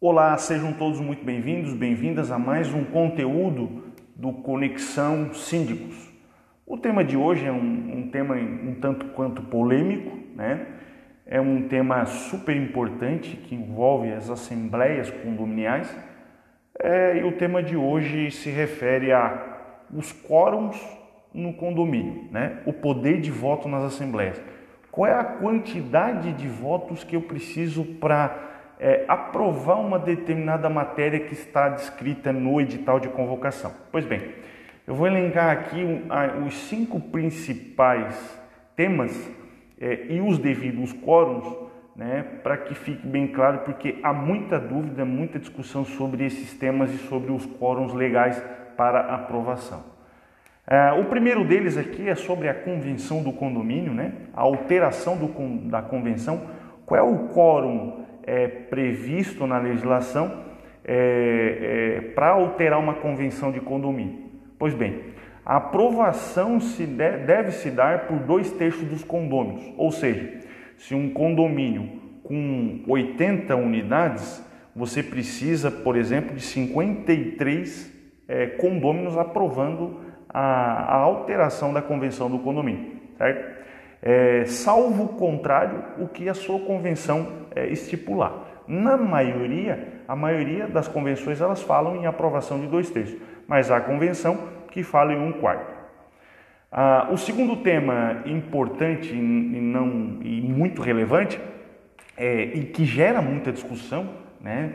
Olá, sejam todos muito bem-vindos, bem-vindas a mais um conteúdo do Conexão Síndicos. O tema de hoje é um tema um tanto quanto polêmico, né? É um tema super importante que envolve as assembleias condominiais. E o tema de hoje se refere a os quórums no condomínio, né? O poder de voto nas assembleias. Qual é a quantidade de votos que eu preciso para aprovar uma determinada matéria que está descrita no edital de convocação? Pois bem, eu vou elencar aqui os 5 principais temas e os devidos quórums, né, para que fique bem claro, porque há muita dúvida, muita discussão sobre esses temas e sobre os quórums legais para aprovação. O primeiro deles aqui é sobre a convenção do condomínio, né, a alteração da convenção. Qual é o quórum previsto na legislação para alterar uma convenção de condomínio? Pois bem, a aprovação deve se dar por 2/3 dos condôminos, ou seja, se um condomínio com 80 unidades, você precisa, por exemplo, de 53 condôminos aprovando a alteração da convenção do condomínio, certo? Salvo o contrário, o que a sua convenção estipular. Na maioria, a maioria das convenções elas falam em aprovação de 2/3, mas há convenção que fala em 1/4. O segundo tema importante e muito relevante e que gera muita discussão, né,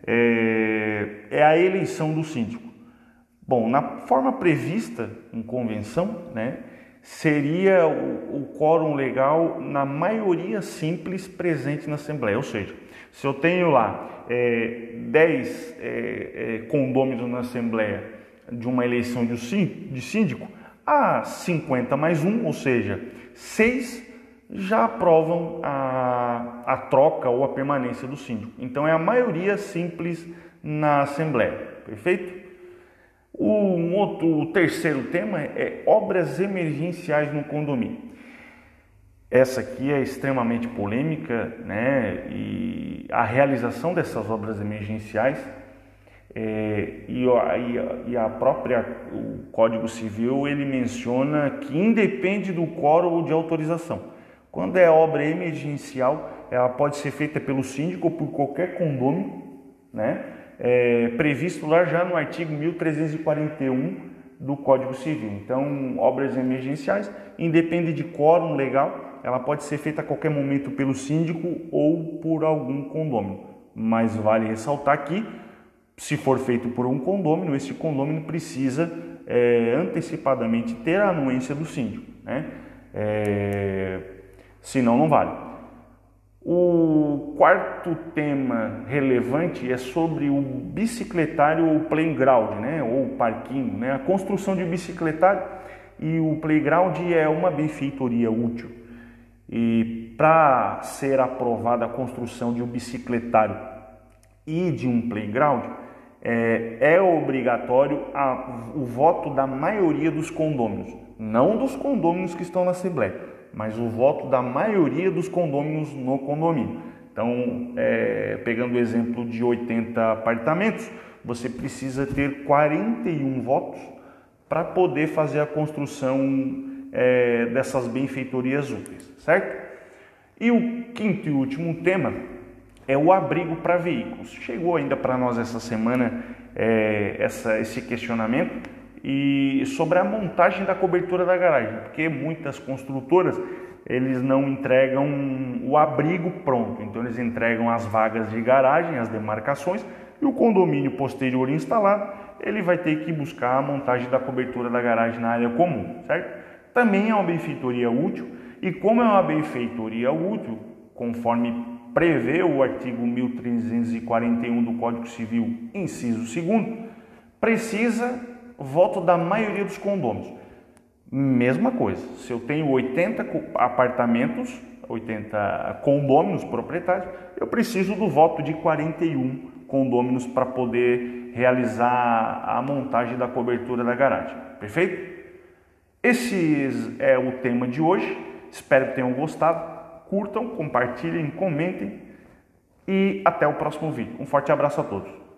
é a eleição do síndico. Bom, na forma prevista em convenção, né, seria o quórum legal na maioria simples presente na Assembleia. Ou seja, se eu tenho lá 10 condôminos na Assembleia de uma eleição de síndico, há 50 mais 1, ou seja, 6 já aprovam a troca ou a permanência do síndico. Então é a maioria simples na Assembleia, perfeito? O terceiro tema é obras emergenciais no condomínio. Essa aqui é extremamente polêmica, né? E a realização dessas obras emergenciais o Código Civil ele menciona que independe do quórum ou de autorização. Quando é obra emergencial, ela pode ser feita pelo síndico ou por qualquer condômino, né? Previsto lá já no artigo 1341 do Código Civil. Então, obras emergenciais, independe de quórum legal, ela pode ser feita a qualquer momento pelo síndico ou por algum condômino. Mas vale ressaltar que, se for feito por um condômino, esse condômino precisa antecipadamente ter a anuência do síndico, né? Senão não vale. O quarto tema relevante é sobre o bicicletário ou playground, né, ou parquinho, né? A construção de bicicletário e o playground é uma benfeitoria útil. E para ser aprovada a construção de um bicicletário e de um playground, é obrigatório o voto da maioria dos condôminos, não dos condôminos que estão na Assembleia, mas o voto da maioria dos condôminos no condomínio. Então, pegando o exemplo de 80 apartamentos, você precisa ter 41 votos para poder fazer a construção dessas benfeitorias úteis, certo? E o quinto e último tema é o abrigo para veículos. Chegou ainda para nós essa semana esse questionamento e sobre a montagem da cobertura da garagem, porque muitas construtoras eles não entregam o abrigo pronto, então eles entregam as vagas de garagem, as demarcações, e o condomínio posterior instalado ele vai ter que buscar a montagem da cobertura da garagem na área comum, certo? Também é uma benfeitoria útil, e como é uma benfeitoria útil, conforme prevê o artigo 1341 do Código Civil, inciso 2º, precisa voto da maioria dos condôminos. Mesma coisa, se eu tenho 80 apartamentos, 80 condôminos proprietários, eu preciso do voto de 41 condôminos para poder realizar a montagem da cobertura da garagem. Perfeito? Esse é o tema de hoje. Espero que tenham gostado. Curtam, compartilhem, comentem e até o próximo vídeo. Um forte abraço a todos.